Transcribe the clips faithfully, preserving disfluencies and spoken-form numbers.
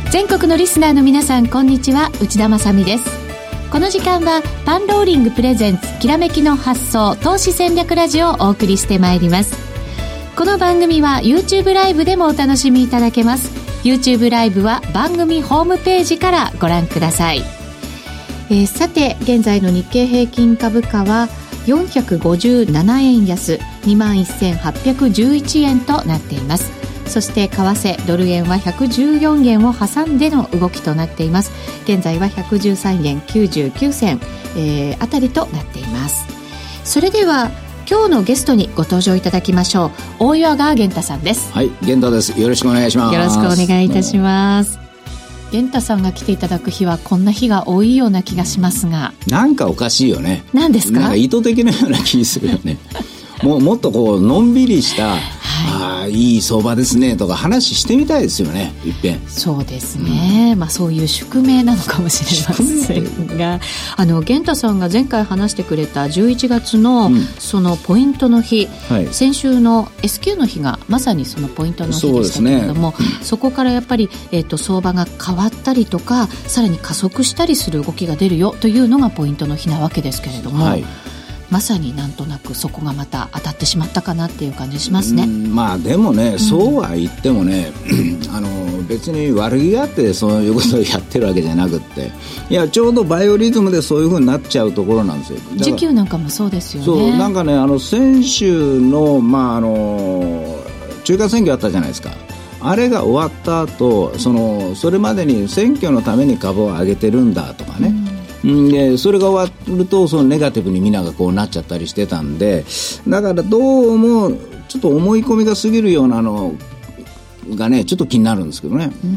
全国のリスナーの皆さん、こんにちは。内田まさみです。この時間はパンローリングプレゼンツきらめきの発想投資戦略ラジオをお送りしてまいります。この番組は YouTube ライブでもお楽しみいただけます。 YouTube ライブは番組ホームページからご覧ください。えー、さて現在の日経平均株価はよんひゃくごじゅうななえん安 にまんせんはっぴゃくじゅういちえんとなっています。そして為替ドル円はひゃくじゅうよんえんを挟んでの動きとなっています。現在はひゃくじゅうさんえんきゅうじゅうきゅうせん、えー、あたりとなっています。それでは今日のゲストにご登場いただきましょう。大岩川源太さんです。 はい、源太です。よろしくお願いします。 よろしくお願いいたします。源太さんが来ていただく日はこんな日が多いような気がしますが、 なんかおかしいよね。 何ですか？ なんか意図的なような気するよねもうもっとこうのんびりした、はい、あいい相場ですねとか話してみたいですよね。いっぺん。 そうですね、うん、まあ、そういう宿命なのかもしれませんが、あの源太さんが前回話してくれたじゅういちがつの、うん、そのポイントの日、はい、先週の エスキュー の日がまさにそのポイントの日でしたけれども、 そ, ね、そこからやっぱり、えーと、相場が変わったりとかさらに加速したりする動きが出るよというのがポイントの日なわけですけれども、はい、まさになんとなくそこがまた当たってしまったかなっていう感じしますね。 まあでもね、うん、そうは言ってもねあの別に悪気があってそういうことをやってるわけじゃなくって、いやちょうどバイオリズムでそういう風になっちゃうところなんですよ。 時給なんかもそうですよね。 そうなんかね、あの先週の、まあ、あの中間選挙あったじゃないですか。あれが終わった後、そのそれまでに選挙のために株を上げてるんだとかね、うん、でそれが終わるとそのネガティブにみんながこうなっちゃったりしてたんで、だからどうもちょっと思い込みが過ぎるようなのがねちょっと気になるんですけどね。うん、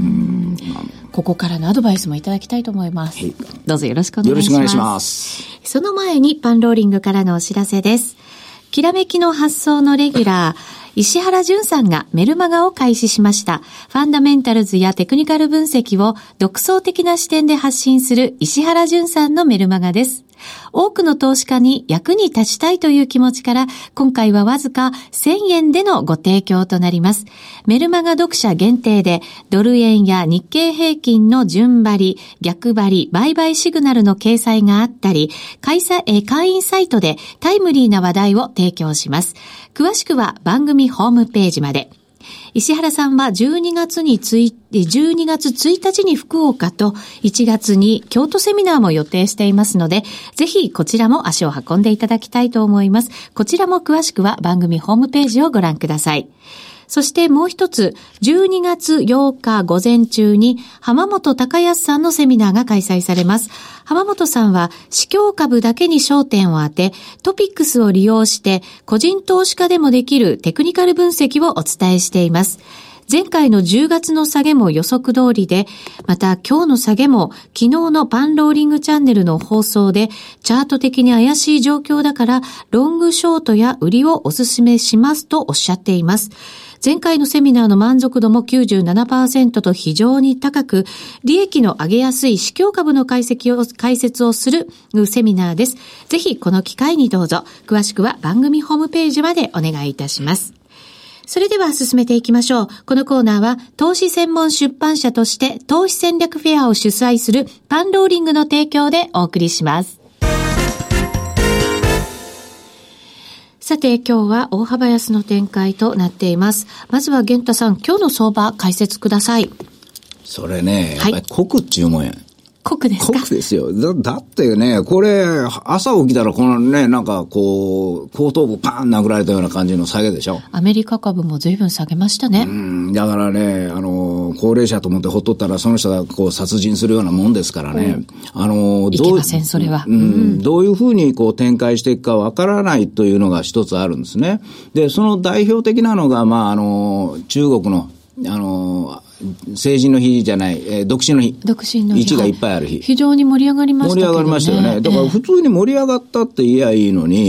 ここからのアドバイスもいただきたいと思います。どうぞよろしくお願いします。 よろしくお願いします。 その前にパンローリングからのお知らせです。きらめきの発想のレギュラー石原淳さんがメルマガを開始しました。ファンダメンタルズやテクニカル分析を独創的な視点で発信する石原淳さんのメルマガです。多くの投資家に役に立ちたいという気持ちから、今回はわずかせんえんでのご提供となります。メルマガ読者限定で、ドル円や日経平均の順張り、逆張り、売買シグナルの掲載があったり、会員サイトでタイムリーな話題を提供します。詳しくは番組ホームページまで。石原さんはじゅうにがつについ、じゅうにがつついたちに福岡といちがつに京都セミナーも予定していますので、ぜひこちらも足を運んでいただきたいと思います。こちらも詳しくは番組ホームページをご覧ください。そしてもう一つ、じゅうにがつようか午前中に浜本隆康さんのセミナーが開催されます。浜本さんは市況株だけに焦点を当て、トピックスを利用して個人投資家でもできるテクニカル分析をお伝えしています。前回のじゅうがつの下げも予測通りで、また今日の下げも昨日のパンローリングチャンネルの放送でチャート的に怪しい状況だからロングショートや売りをお勧めしますとおっしゃっています。前回のセミナーの満足度も きゅうじゅうななパーセント と非常に高く、利益の上げやすい市況株の解析を、解説をするセミナーです。ぜひこの機会にどうぞ。詳しくは番組ホームページまでお願いいたします。それでは進めていきましょう。このコーナーは投資専門出版社として投資戦略フェアを主催するパンローリングの提供でお送りします。さて今日は大幅安の展開となっています。まずは源太さん、今日の相場解説ください。 それね、やっぱり国っちゅうもんや。 国ですか？ 国ですよ。だ、だってね、これ、朝起きたらこのね、なんかこう、後頭部パーン殴られたような感じの下げでしょ。 アメリカ株も随分下げましたね。 うん、だからね、あの、高齢者と思ってほっとったら、その人がこう、殺人するようなもんですからね。あの、 いけません、それは。 うん、うん、どういうふうにこう、展開していくかわからないというのが一つあるんですね。で、その代表的なのが、まあ、あの、中国の、あの、成人の日じゃない、えー、独身の日。 独身の日。 いちがいっぱいある日。 非常に盛り上がりましたけどね。 盛り上がりましたよね。だから普通に盛り上がったって言えばいいのに、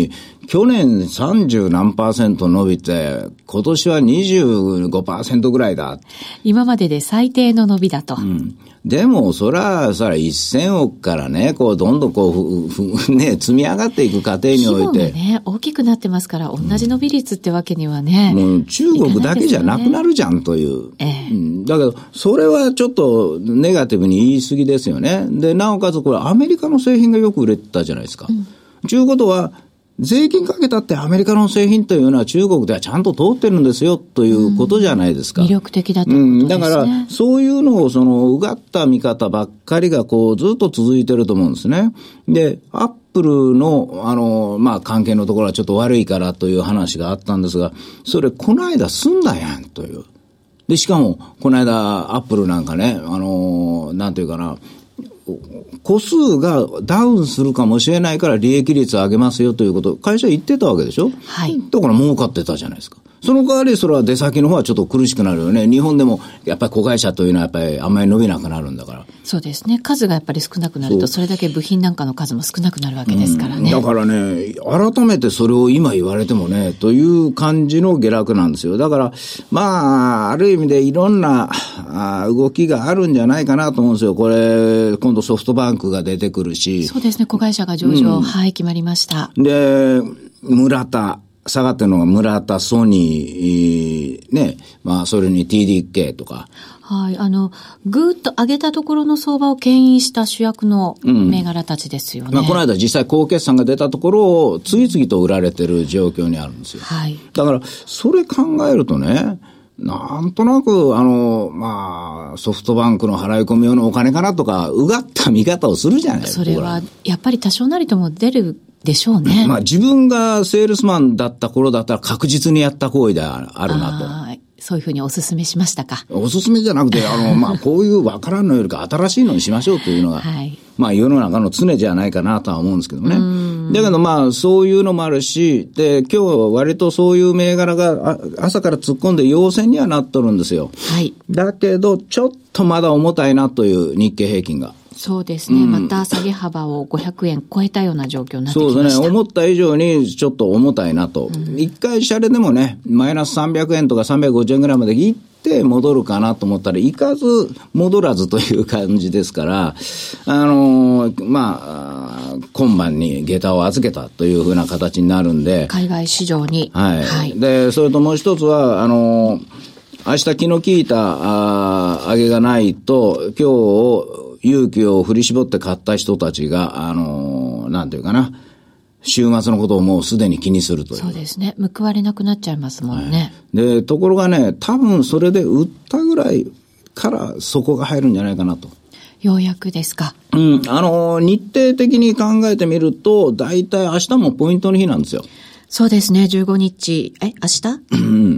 去年さんじゅうなんパーセント伸びて、今年は にじゅうごパーセント ぐらいだ。 今までで最低の伸びだと。 うん、でも、そら、そらせんおくからね、こう、どんどんこう、ふ、ふ、ね、積み上がっていく過程において。規模がね、大きくなってますから、同じ伸び率ってわけにはね。 うん、もう中国だけじゃなくなるじゃんという。ええうん、だけど、それはちょっとネガティブに言い過ぎですよね。で、なおかつこれ、アメリカの製品がよく売れてたじゃないですか。うんということは、税金かけたってアメリカの製品というのは中国ではちゃんと通ってるんですよということじゃないですか。 うん、魅力的だということですね。 うん、だからそういうのをそのうがった見方ばっかりがこうずっと続いてると思うんですね。で、アップルのあのまあ関係のところはちょっと悪いからという話があったんですが、それこの間済んだやんという。で、しかもこの間アップルなんかね、あのなんていうかな。個数がダウンするかもしれないから利益率を上げますよということを会社言ってたわけでしょ。はい。だから儲かってたじゃないですか。その代わりそれは出先の方はちょっと苦しくなるよね。日本でもやっぱり子会社というのはやっぱりあんまり伸びなくなるんだから。そうですね。数がやっぱり少なくなるとそれだけ部品なんかの数も少なくなるわけですからね。うん、だからね、改めてそれを今言われてもね、という感じの下落なんですよ。だから、まあ、ある意味でいろんなあ動きがあるんじゃないかなと思うんですよ。これ、今度ソフトバンクが出てくるし。そうですね。子会社が上場、うん、はい、決まりました。で、村田。下がってるのが村田、ソニー、ね、まあ、それに ティーディーケー とか。はい、あの、ぐーっと上げたところの相場を牽引した主役の銘柄たちですよね。うん、まあ、この間実際高決算が出たところを次々と売られてる状況にあるんですよ。はい。だから、それ考えるとね、なんとなく、あの、まあ、ソフトバンクの払い込み用のお金かなとか、うがった見方をするじゃないですか。それは、やっぱり多少なりとも出るでしょうね。まあ自分がセールスマンだった頃だったら確実にやった行為であるなと。あ、そういうふうにお勧めしましたか。お勧めじゃなくて、あの、まあこういうわからんのよりか新しいのにしましょうというのが、はい、まあ世の中の常じゃないかなとは思うんですけどね。だけどまあそういうのもあるし、で、今日は割とそういう銘柄が朝から突っ込んで陽線にはなっとるんですよ。はい。だけどちょっとまだ重たいなという日経平均が。そうですね、うん。また下げ幅をごひゃくえん超えたような状況になってきました。そうですね。思った以上にちょっと重たいなと。うん、一回シャレでもね、マイナスさんびゃくえんとかさんびゃくごじゅうえんぐらいまで行って戻るかなと思ったら、行かず戻らずという感じですから、あのー、まあ、今晩に下駄を預けたというふうな形になるんで。海外市場に。はい。はい、で、それともう一つは、あのー、明日気の利いた、あ上げがないと、今日、勇気を振り絞って買った人たちが、あのー、なんていうかな、週末のことをもうすでに気にするという。そうですね。報われなくなっちゃいますもんね。はい、で、ところがね、多分それで売ったぐらいから底が入るんじゃないかなと。ようやくですか。うん。あのー、日程的に考えてみると、だいたい明日もポイントの日なんですよ。そうですね。じゅうごにち、え、明日うん、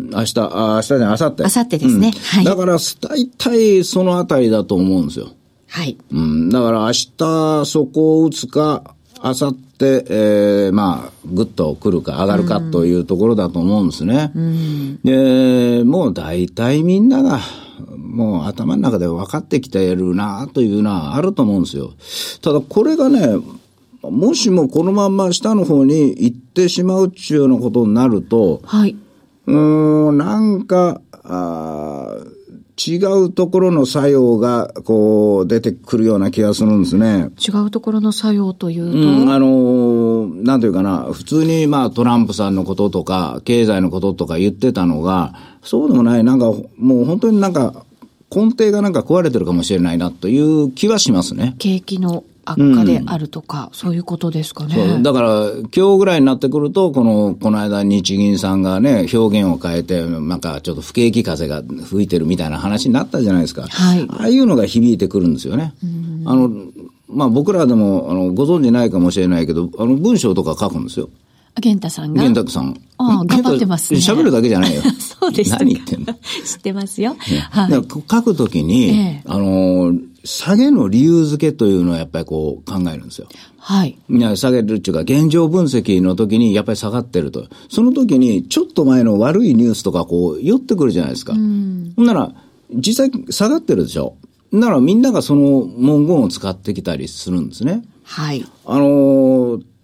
明日、あ、明日じゃない、明後日。明後日ですね。うん、はい。だから、だいたいそのあたりだと思うんですよ。はい。うん、だから明日そこを打つか、明後日、えー、まあ、ぐっと来るか上がるかというところだと思うんですね。うん、で、もう大体みんなが、もう頭の中で分かってきてるなというのはあると思うんですよ。ただこれがね、もしもこのまま下の方に行ってしまうっていうようなことになると、はい。うーん、なんか、あ違うところの作用がこう出てくるような気がするんですね。違うところの作用というと、うん、あのなんていうかな、普通にまあトランプさんのこととか経済のこととか言ってたのが、そうでもない、なんかもう本当になんか根底がなんか壊れてるかもしれないなという気はしますね。景気の悪化であるとか、うん、そういうことですかね。そう。だから、今日ぐらいになってくると、この、この間日銀さんがね、表現を変えて、なんかちょっと不景気風が吹いてるみたいな話になったじゃないですか。はい。ああいうのが響いてくるんですよね。あの、まあ、僕らでも、あの、ご存知ないかもしれないけど、あの、文章とか書くんですよ。玄太さんが玄太さん。ああ、頑張ってますね。喋るだけじゃないよ。そうです。何言ってんの？知ってますよ。はい。書くときに、ええ、あの、下げの理由付けというのはやっぱりこう考えるんですよ。はい。みんな下げるっていうか、現状分析の時にやっぱり下がってると。その時にちょっと前の悪いニュースとかこう寄ってくるじゃないですか。うん。ほんなら、実際下がってるでしょ。ならみんながその文言を使ってきたりするんですね。はい。あのー、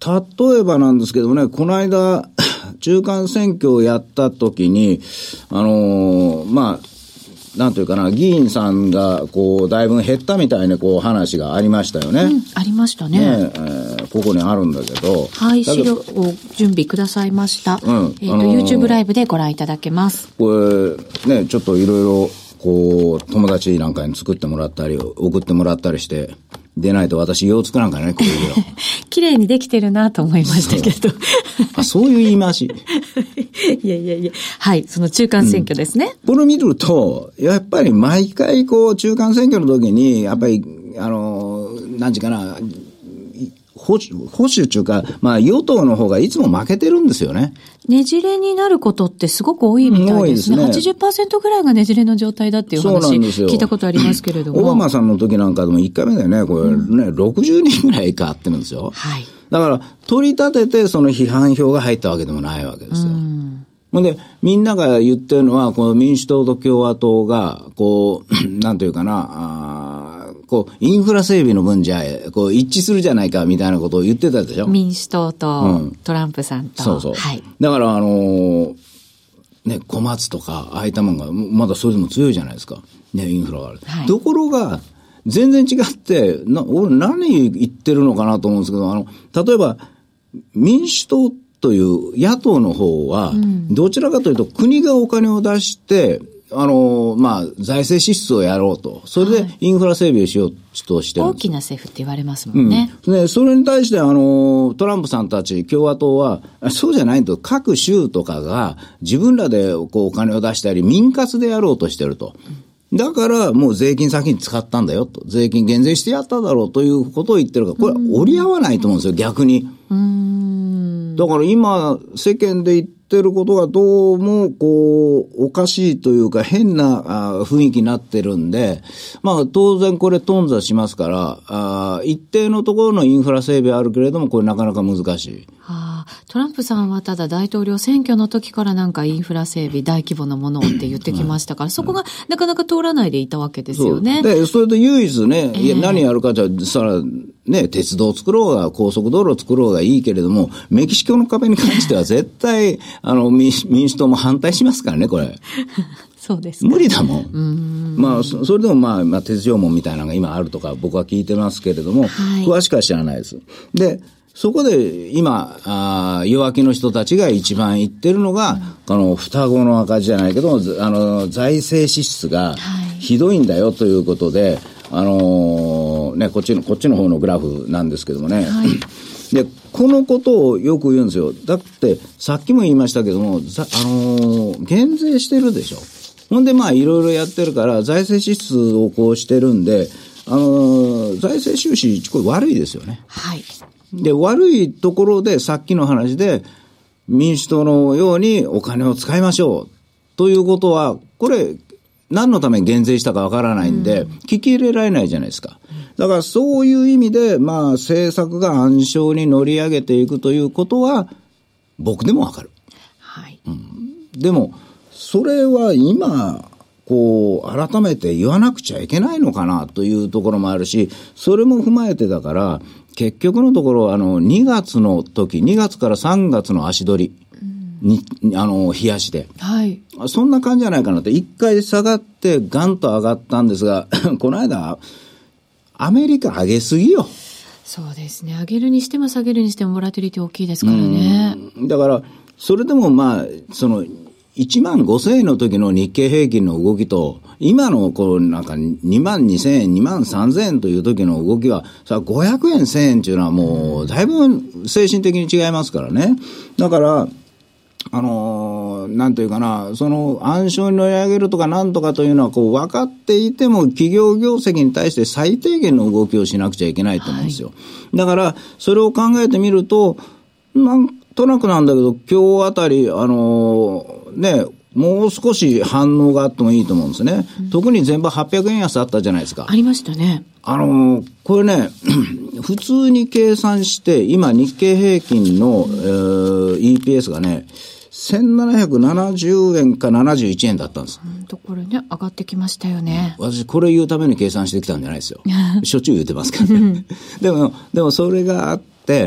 例えばなんですけどね、この間、中間選挙をやった時に、あのー、まあ、なんというかな、議員さんが、こう、だいぶ減ったみたいな、こう、話がありましたよね。 うん、ありましたね。 ねえー、ここにあるんだけど。 はい、資料を準備くださいました。うん、えっ、ー、と、あのー、YouTube ライブでご覧いただけます。 これ、ね、ちょっといろいろ、こう、友達なんかに作ってもらったり、送ってもらったりして、でないと私、用つくなんかね、こういうの。 綺麗にできてるなと思いましたけど。 あ、そういう言い回し。 いやいやいや。はい、その中間選挙ですね。 うん、これ見ると、やっぱり毎回こう、中間選挙の時に、やっぱり、あの、何時かな、保守、保守というか、まあ、与党の方がいつも負けてるんですよね。 ねじれになることってすごく多いみたいですね。多いですね。はちじゅっパーセント ぐらいがねじれの状態だっていう話聞いたことありますけれども。 オバマさんの時なんかでもいっかいめだよね、これね、うん、ろくじゅうにんぐらいかってるんですよ。はい。だから、取り立ててその批判票が入ったわけでもないわけですよ。うんで、みんなが言ってるのは、この民主党と共和党が、こう、なんというかな、あこう、インフラ整備の分じゃ、こう、一致するじゃないか、みたいなことを言ってたでしょ。 民主党とトランプさんと。 うん、そうそう。はい。だから、あのー、ね、小松とか、ああいったもんが、まだそれでも強いじゃないですか。ね、インフラがある。はい、ところが、全然違って、な、俺何言ってるのかなと思うんですけど、あの、例えば、民主党という野党の方は、どちらかというと国がお金を出して、あの、まあ、財政支出をやろうと。それでインフラ整備をしようとしてるんです。 大きな政府って言われますもんね。 うん、で、それに対して、あの、トランプさんたち共和党は、そうじゃないと、各州とかが自分らでこうお金を出したり、民活でやろうとしてると。うん、だから、もう税金先に使ったんだよと。税金減税してやっただろうということを言ってるから、これは折り合わないと思うんですよ、逆に。うーんだから今、世間で言ってることがどうも、こう、おかしいというか変な雰囲気になってるんで、まあ当然これ頓挫しますから、あ一定のところのインフラ整備はあるけれども、これなかなか難しい。 はあ、トランプさんはただ大統領選挙の時からなんかインフラ整備大規模なものをって言ってきましたから、うん、そこがなかなか通らないでいたわけですよね。 で、それで唯一ね、えー、いや何やるかじゃ、そら、ね、鉄道を作ろうが、高速道路を作ろうがいいけれども、メキシコの壁に関しては絶対、あの、民主党も反対しますからね、これ。 そうですか。 無理だもん。うんまあ、それでもまあ、まあ、鉄条網みたいなのが今あるとか僕は聞いてますけれども、はい、詳しくは知らないです。で、そこで今、あ弱気の人たちが一番言ってるのが、うん、この双子の赤字じゃないけど、あの、財政支出がひどいんだよということで、あのー、ね、こっちの、こっちの方のグラフなんですけどもね。はい、で、このことをよく言うんですよ。だって、さっきも言いましたけども、あのー、減税してるでしょ。ほんで、まあ、いろいろやってるから、財政支出をこうしてるんで、あのー、財政収支、これ悪いですよね。はい。で、悪いところで、さっきの話で、民主党のようにお金を使いましょう。ということは、これ、何のために減税したかわからないんで、うん、聞き入れられないじゃないですか。だからそういう意味で、まあ政策が暗礁に乗り上げていくということは、僕でもわかる。はい。うん。でも、それは今、こう、改めて言わなくちゃいけないのかなというところもあるし、それも踏まえてだから、結局のところ、あの、にがつの時、にがつからさんがつの足取り。に、あの、冷やしで。はい。そんな感じじゃないかなって、一回下がってガンと上がったんですが、この間、アメリカ上げすぎよ。 そうですね。上げるにしても下げるにしてもボラティリティ大きいですからね。 うんだから、それでもまあ、その、いちまんごせんえんの時の日経平均の動きと、今のこうなんかにまんにせんえん、にまんさんぜんえんという時の動きは、さ、ごひゃくえん、せんえんっていうのはもう、だいぶ精神的に違いますからね。だから、あのー、なんというかな、その暗礁に乗り上げるとかなんとかというのはこう分かっていても企業業績に対して最低限の動きをしなくちゃいけないと思うんですよ。はい、だから、それを考えてみると、なんとなくなんだけど、今日あたり、あのー、ね、もう少し反応があってもいいと思うんですね。うん、特に全部はっぴゃくえん安あったじゃないですか。 ありましたね。 あのー、これね、普通に計算して、今日経平均の、えー、イーピーエス がね、せんななひゃくななじゅうえんかななじゅういちえんだったんです。 うんとこれね、上がってきましたよね。 私、これ言うために計算してきたんじゃないですよ。しょっちゅう言ってますからね。でも、でもそれがあっ 、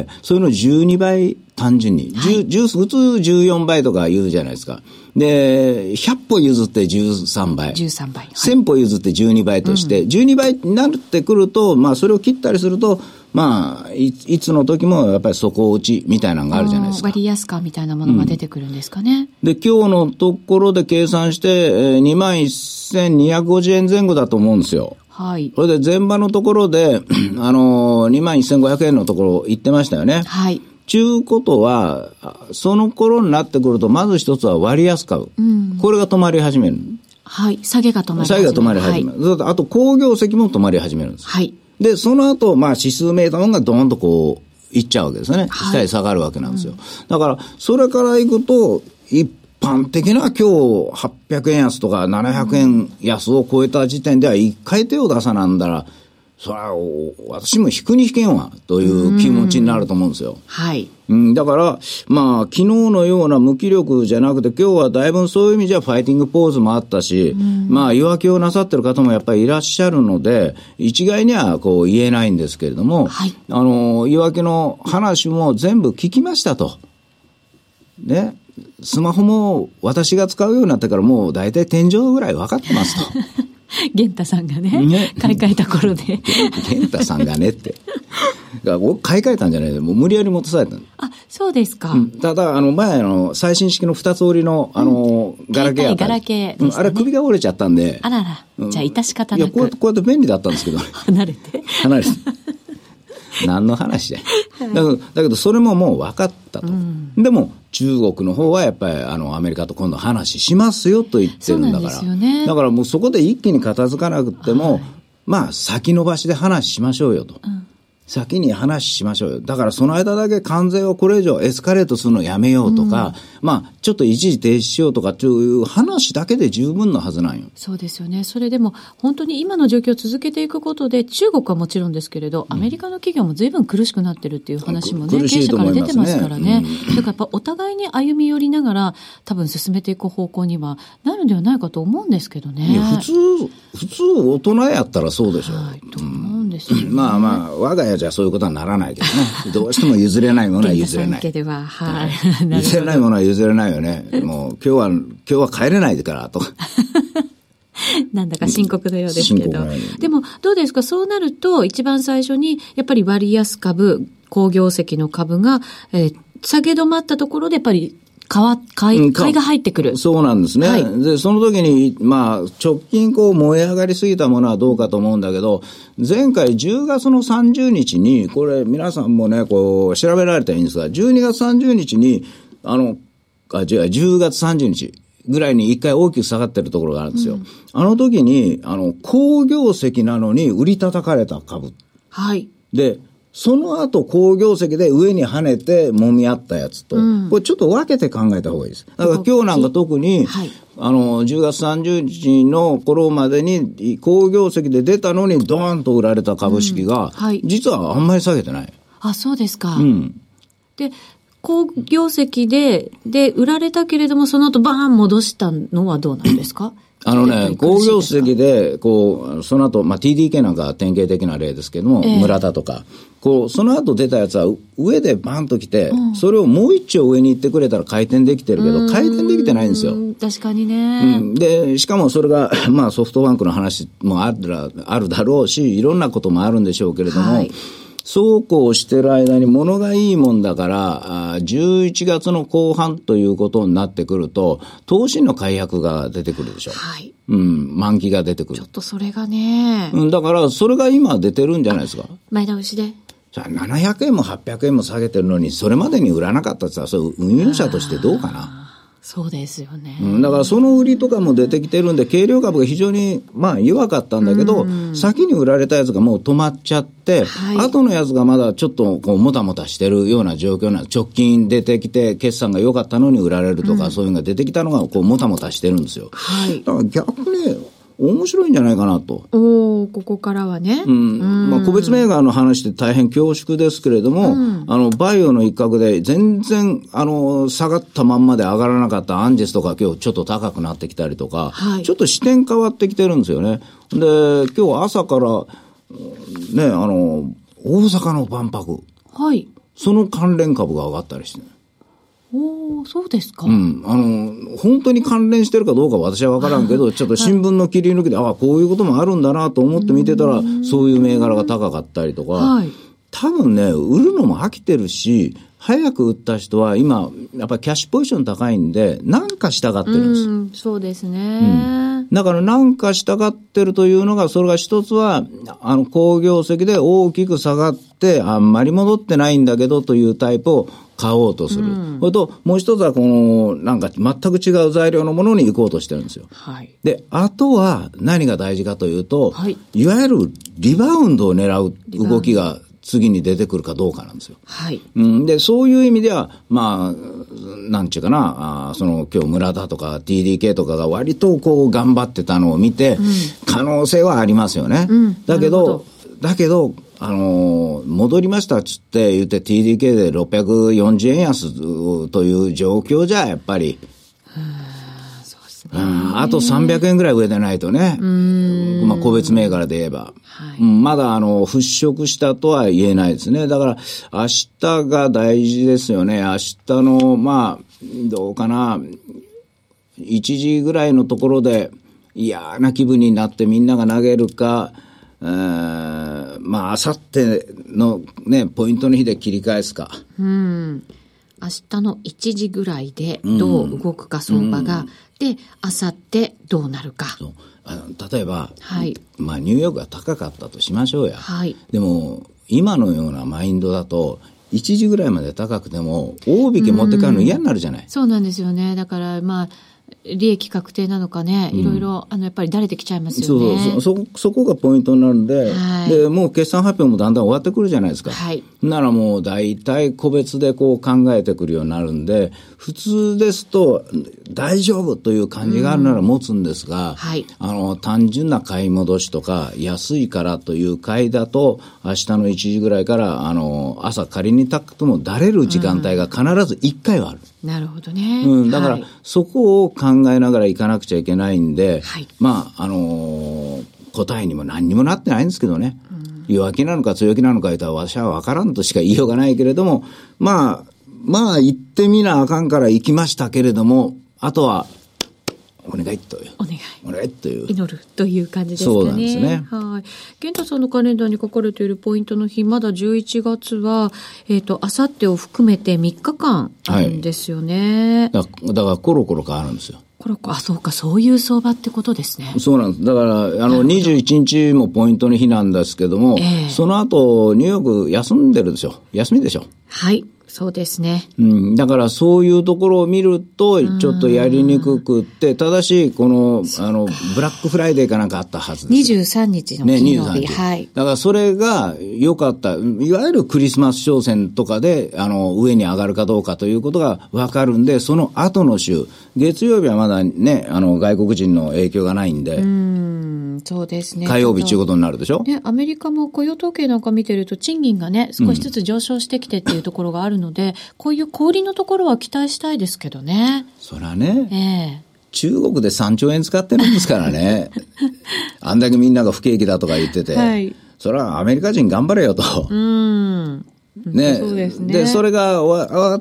それのじゅうにばい単純に、はい、じゅう普通じゅうよんばいとか言うじゃないですか。で、ひゃっぽ譲ってじゅうさんばい。 じゅうさんばい。はい、 せんぽ譲ってじゅうにばいとして、うん、じゅうにばいになってくると、まあそれを切ったりすると、まあ、い, いつの時もやっぱり底落ちみたいなのがあるじゃないですか。 割安感みたいなものが出てくるんですかね。 うん、で、今日のところで計算して、えー、にまんせんにひゃくごじゅうえん前後だと思うんですよ。 はい。 それで前場のところで、あのー、にまんせんごひゃくえんのところ行ってましたよね。 はい。 ちゅうことは、その頃になってくると、まず一つは割安株。うん、これが止まり始める。 はい。下げが止まり始める。 下げが止まり始める。はい、あと、好業績も止まり始めるんです。 はい。 で、その後、まあ、指数メーターがドーンとこう、いっちゃうわけですね。下へ下がるわけなんですよ。うん、だから、それからいくと、一般的な今日はっぴゃくえん安とかななひゃくえん安を超えた時点では一回手を出さなんだら、それは私も引くに引けんわという気持ちになると思うんですよ。 はい。 うん、だから、まあ、昨日のような無気力じゃなくて、今日はだいぶそういう意味じゃファイティングポーズもあったし、まあ、弱気をなさってる方もやっぱりいらっしゃるので、一概にはこう言えないんですけれども、はい、あの、弱気の話も全部聞きましたと。ね。スマホも私が使うようになってからもう大体天井ぐらい分かってますと。 玄太さんが ね, ね買い替えた頃で玄太さんがねって僕買い替えたんじゃないでもう無理やり持たされた。 あ、そうですか。 うん、ただあの前の最新式の二つ折りのあの、うん、ガラケーやったガラケーでしたね、 うん、あれ首が折れちゃったんで、 あらら、うん、じゃあ致し方なく。 いやこうやってこうやって便利だったんですけど離れて離れて何の話じゃ、はい、だけど、だけどそれももう分かったと、うん、でも中国の方はやっぱりあのアメリカと今度話しますよと言ってるんだから、 ね、 だからもうそこで一気に片付かなくても、はい、まあ先延ばしで話しましょうよと、うん、先に話しましょうよ。だからその間だけ関税をこれ以上エスカレートするのをやめようとか、うん、まあちょっと一時停止しようとかという話だけで十分なはずなんよ。 そうですよね。それでも本当に今の状況を続けていくことで中国はもちろんですけれど、アメリカの企業も随分苦しくなってるっていう話もね、経営者から出てますからね。うん、だからやっぱお互いに歩み寄りながら多分進めていく方向にはなるんではないかと思うんですけどね。 いや普通普通大人やったらそうでしょう。 はい、と思うんですよね。 うん、まあまあ我が家じゃそういうことはならないけどね。どうしても譲れないものは譲れない。 家では、はい、 譲れないものは譲れないよね。もう今日は今日は帰れないからとか。 なんだか深刻のようですけど。でもどうですか、そうなると一番最初にやっぱり割安株、好業績の株が、えー、下げ止まったところでやっぱり買, 買, い買いが入ってくる。 そうなんですね。はい、で、その時に、まあ、直近こう燃え上がりすぎたものはどうかと思うんだけど、前回じゅうがつのさんじゅうにちに、これ皆さんもね、こう調べられたらいいんですが、じゅうにがつさんじゅうにちに、あの、あ、違う、じゅうがつさんじゅうにちぐらいに一回大きく下がってるところがあるんですよ。うん、あの時に、あの、好業績なのに売り叩かれた株。 はい。 で、その後、好業績で上に跳ねて揉み合ったやつと、うん、これちょっと分けて考えた方がいいです。だから今日なんか特に、はい、あの、じゅうがつさんじゅうにちの頃までに好業績で出たのにドーンと売られた株式が、うんはい、実はあんまり下げてない。 あ、そうですか。 うん。 で、好業績で、で、売られたけれども、その後バーン戻したのはどうなんですか？ あのね、好業績で、こう、その後、まあ、ティーディーケー なんか典型的な例ですけども、えー、村田とか、こう、その後出たやつは、上でバーンと来て、うん、それをもう一丁上に行ってくれたら回転できてるけど、回転できてないんですよ。 確かにね。 うん。で、しかもそれが、まあ、ソフトバンクの話もある、あるだろうし、いろんなこともあるんでしょうけれども、はい、そうこうしてる間に物がいいもんだから、じゅういちがつの後半ということになってくると、投資の解約が出てくるでしょ。 はい。 うん、満期が出てくる。 ちょっとそれがね。 うん、だから、それが今出てるんじゃないですか。 前倒しで。 じゃあ、ななひゃくえんもはっぴゃくえんも下げてるのに、それまでに売らなかったってさ、そう運用者としてどうかな。 そうですよね、 うん。だからその売りとかも出てきてるんで、軽量株が非常にまあ弱かったんだけど、先に売られたやつがもう止まっちゃって、はい、後のやつがまだちょっとこうもたもたしてるような状況な、直近出てきて決算が良かったのに売られるとか、うん、そういうのが出てきたのがこうもたもたしてるんですよ。 はい、 だから逆に面白いんじゃないかなと。 おー、ここからはね。 うん。うん、まあ、個別銘柄の話って大変恐縮ですけれども、うん、あの、バイオの一角で全然、あの、下がったまんまで上がらなかったアンジェスとか今日ちょっと高くなってきたりとか、はい、ちょっと視点変わってきてるんですよね。で、今日朝から、ね、あの、大阪の万博。 はい。 その関連株が上がったりしてる。 おー、そうですか。 うん。あの、本当に関連してるかどうかは私は分からんけど、ちょっと新聞の切り抜きで、ああ、こういうこともあるんだなと思って見てたら、そういう銘柄が高かったりとか、はい、多分ね、売るのも飽きてるし、早く売った人は今、やっぱりキャッシュポジション高いんで、なんか従ってるんですよ。 うん、そうですね。 うん、だからなんか従ってるというのが、それが一つは、あの、好業績で大きく下がって、あんまり戻ってないんだけどというタイプを買おうとする。うん、それと、もう一つは、この、なんか全く違う材料のものに行こうとしてるんですよ。はい。で、あとは何が大事かというと、はい、いわゆるリバウンドを狙う動きが、次に出てくるかどうかなんですよ。はい。うん、で、そういう意味では、まあ、なんちゅうかな、あその今日村田とか ティーディーケー とかが割とこう頑張ってたのを見て、うん、可能性はありますよね。うん、だけど、だけど、あのー、戻りましたっつって言って ティーディーケー でろっぴゃくよんじゅうえん安という状況じゃ、やっぱり、うん、あとさんびゃくえんぐらい上でないとね、まあ、個別銘柄で言えば、はい、うん、まだあの払拭したとは言えないですね。だから明日が大事ですよね。明日のまあどうかな、いちじぐらいのところで嫌な気分になってみんなが投げるか、えー、まあ明後日のねポイントの日で切り返すか。 うん、明日のいちじぐらいでどう動くか相場が、うん、で、あさってどうなるか。 そう、あの例えば、はい、まあニューヨークが高かったとしましょうや。はい、でも今のようなマインドだといちじぐらいまで高くても大引け持って帰るの嫌になるじゃない。 うそうなんですよね。だからまあ利益確定なのかね、いろいろ、あの、やっぱりだれてきちゃいますよね。 そうそう、そ、そこがポイントになるんで、はい、で、もう決算発表もだんだん終わってくるじゃないですか。はい。ならもう大体個別でこう考えてくるようになるんで、普通ですと大丈夫という感じがあるなら持つんですが、うん、はい。あの、単純な買い戻しとか、安いからという買いだと、明日のいちじぐらいから、あの、朝仮にたくともだれる時間帯が必ずいっかいはある。 うん、なるほどね。 うん、だから、はい、そこを考えながらいかなくちゃいけないんで、はい、まあ、あのー、答えにも何にもなってないんですけどね。うん、弱気なのか強気なのか言ったら私は分からんとしか言いようがないけれども、まあ、まあ、言ってみなあかんから行きましたけれども、あとは、お願いという。 お願い。 お願いという。 祈るという感じですかね。 そうなんですね。 はい。玄太さんのカレンダーに書かれているポイントの日、まだじゅういちがつは、えっと、あさってを含めてみっかかんあるんですよね。 はい、だ, だからコロコロ変わるんですよ。 コロコロ、あ、そうか、そういう相場ってことですね。 そうなんです。だから、あの、にじゅういちにちもポイントの日なんですけども、えー、その後、ニューヨーク休んでるでしょ。休みでしょ。 はい。そうですね。 うん。だからそういうところを見ると、ちょっとやりにくくって、ただし、この、あの、ブラックフライデーかなんかあったはずです。 にじゅうさんにちの金曜日。ね、にじゅうさんにち。はい。 だからそれが良かった。いわゆるクリスマス商戦とかで、あの、上に上がるかどうかということがわかるんで、その後の週、月曜日はまだね、あの、外国人の影響がないんで。 うん、そうですね。 火曜日ということになるでしょ。 ね、アメリカも雇用統計なんか見てると、賃金がね、少しずつ上昇してきてっていうところがあるので、うん、こういう小売りのところは期待したいですけどね。 そらね、ええ、中国でさんちょうえん使ってるんですからね。あんだけみんなが不景気だとか言ってて、はい、それはアメリカ人頑張れよと。うん。ね。そうですね。で、それが終わって、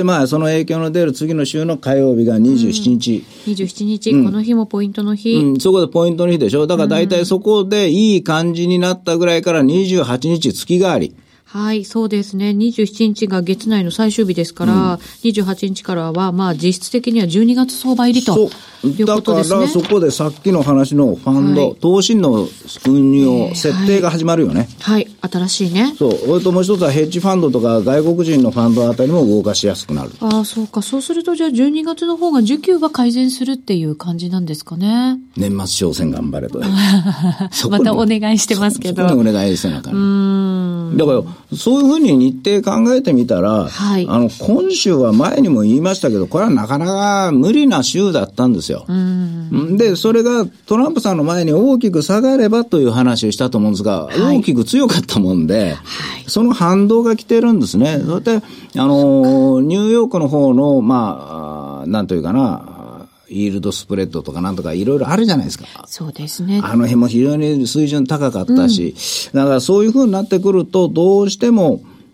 まあ、その影響の出る次の週の火曜日がにじゅうしちにち。うん、 にじゅうしちにち、うん、この日もポイントの日。 うん、そこでポイントの日でしょ。だから大体そこでいい感じになったぐらいからにじゅうはちにち月替わり。 はい、そうですね。にじゅうしちにちが月内の最終日ですから、うん、にじゅうはちにちからは、まあ、実質的にはじゅうにがつ相場入りということですね。 だから、そこでさっきの話のファンド、はい、投資の運用、設定が始まるよね。 はい、はい、新しいね。 そう。それともう一つはヘッジファンドとか外国人のファンドあたりも動かしやすくなる。 ああ、そうか。そうすると、じゃあじゅうにがつの方が需給が改善するっていう感じなんですかね。 年末商戦頑張れと。 またお願いしてますけど。 そこにお願いしてなかった。うーん。だから、そういうふうに日程考えてみたら、はい、あの、今週は前にも言いましたけど、これはなかなか無理な週だったんですよ。うんで、それがトランプさんの前に大きく下がればという話をしたと思うんですが、はい、大きく強かったもんで、はい、その反動が来てるんですね。それで、あの、ニューヨークの方の、まあ、なんというかな、イールドスプレッドとかなんとかいろいろあるじゃないですか。 そうですね。 あの辺も非常に水準高かったし、うん、だからそういう風になってくるとどうしても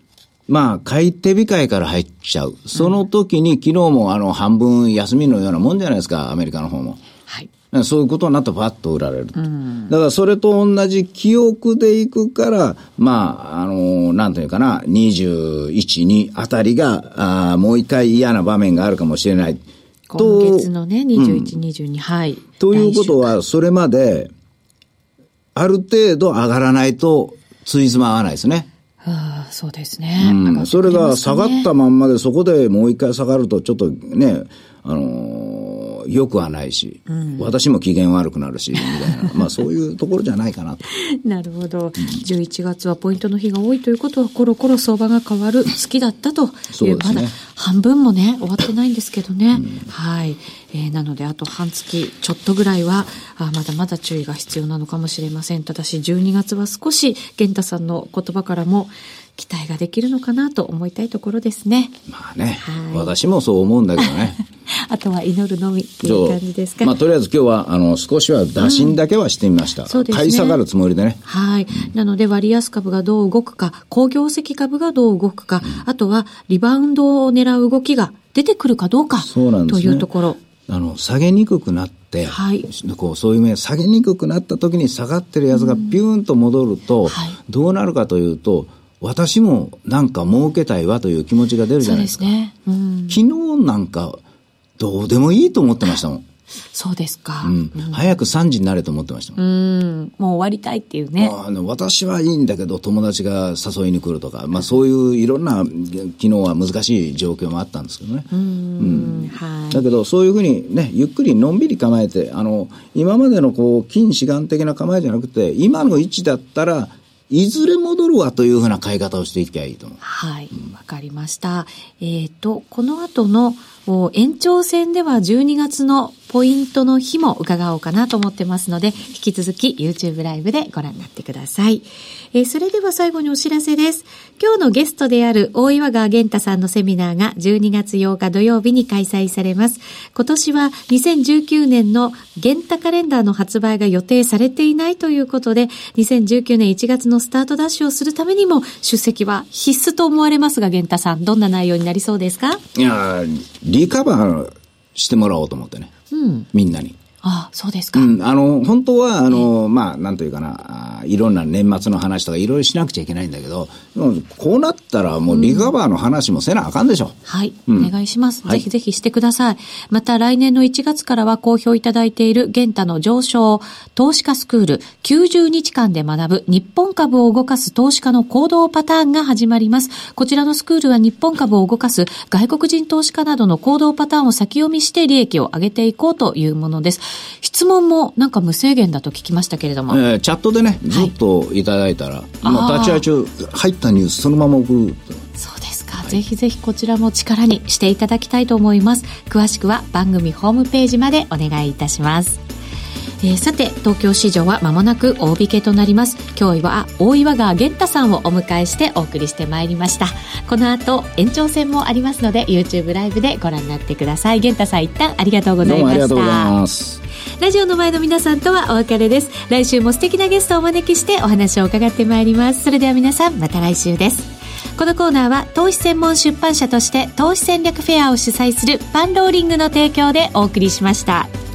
まあ、買い手控えから入っちゃう。その時に、昨日もあの、半分休みのようなもんじゃないですか、アメリカの方も。はい。そういうことになったらパッと売られる。うん、だからそれと同じ記憶でいくから、まあ、あの、なんというかな、にじゅういち、にあたりが、あもう一回嫌な場面があるかもしれない。 今月のね、にじゅういち、にじゅうに、はい。 ということは、それまで、ある程度上がらないと、ついつま合わないですね。 はあ、そうですね。 うん、それが下がったまんまで、そこでもう一回下がると、ちょっとね、あのー、良くはないし、うん、私も機嫌悪くなるし、みたいな。まあそういうところじゃないかなと。 なるほど、うん。じゅういちがつはポイントの日が多いということは、コロコロ相場が変わる月だったという。 そうですね。 まだ半分もね、終わってないんですけどね。うん、はい。えー、なので、あと半月ちょっとぐらいは、あまだまだ注意が必要なのかもしれません。ただし、じゅうにがつは少し、源太さんの言葉からも、期待ができるのかなと思いたいところですね。 まあね、はい、私もそう思うんだけどね。 あとは祈るのみっていう感じですか。 まあとりあえず今日はあの少しは打診だけはしてみました。うん、そうですね。買い下がるつもりでね。 はい。うん、なので割安株がどう動くか、好業績株がどう動くか、うん、あとはリバウンドを狙う動きが出てくるかどうか、そうなんですね、というところ。 あの下げにくくなって、はい、こうそういう面下げにくくなった時に下がってるやつがビューンと戻ると、うんはい、どうなるかというと。私もなんか儲けたいわという気持ちが出るじゃないですか。そうですね。うん、昨日なんかどうでもいいと思ってましたもん。 そうですか。 うんうん、早くさんじになれと思ってましたもん。 うん、もう終わりたいっていうね。 あの私はいいんだけど友達が誘いに来るとか、まあそういういろんな昨日は難しい状況もあったんですけどね。うん、うんはい、だけどそういうふうにねゆっくりのんびり構えて、あの今までのこう近視眼的な構えじゃなくて今の位置だったらいずれ戻るわというふうな買い方をしていきゃいいと思う。 はい。わかりました。えっと、この後の延長戦ではじゅうにがつのポイントの日も伺おうかなと思ってますので、引き続き YouTube ライブでご覧になってください。えー、それでは最後にお知らせです。今日のゲストである大岩川源太さんのセミナーがじゅうにがつようか土曜日に開催されます。今年はにせんじゅうきゅうねんの源太カレンダーの発売が予定されていないということで、にせんじゅうきゅうねんいちがつのスタートダッシュをするためにも出席は必須と思われますが、源太さんどんな内容になりそうですか？ いやリカバーしてもらおうと思ってね、うん、みんなに。 ああ、そうですか。 うん、あの、本当は、あの、まあ、なんというかな、いろんな年末の話とかいろいろしなくちゃいけないんだけど、こうなったらもうリカバーの話もせなあかんでしょ。うん、 はい、うん、お願いします。ぜひぜひしてください。また来年のいちがつからは好評いただいている源太の上昇投資家スクールきゅうじゅうにちかんで学ぶ日本株を動かす投資家の行動パターンが始まります。こちらのスクールは日本株を動かす外国人投資家などの行動パターンを先読みして利益を上げていこうというものです。質問もなんか無制限だと聞きましたけれども、 えー、チャットでねずっといただいたら、はい、もう立ち会い中入ったニュースそのまま送る。 そうですか、はい、ぜひぜひこちらも力にしていただきたいと思います。詳しくは番組ホームページまでお願いいたします。えー、さて東京市場は間もなく大引けとなります。今日は大岩川源太さんをお迎えしてお送りしてまいりました。この後延長戦もありますので YouTube ライブでご覧になってください。源太さん一旦ありがとうございました。 どうもありがとうございます。 ラジオの前の皆さんとはお別れです。来週も素敵なゲストをお招きしてお話を伺ってまいります。それでは皆さんまた来週です。このコーナーは投資専門出版社として投資戦略フェアを主催するパンローリングの提供でお送りしました。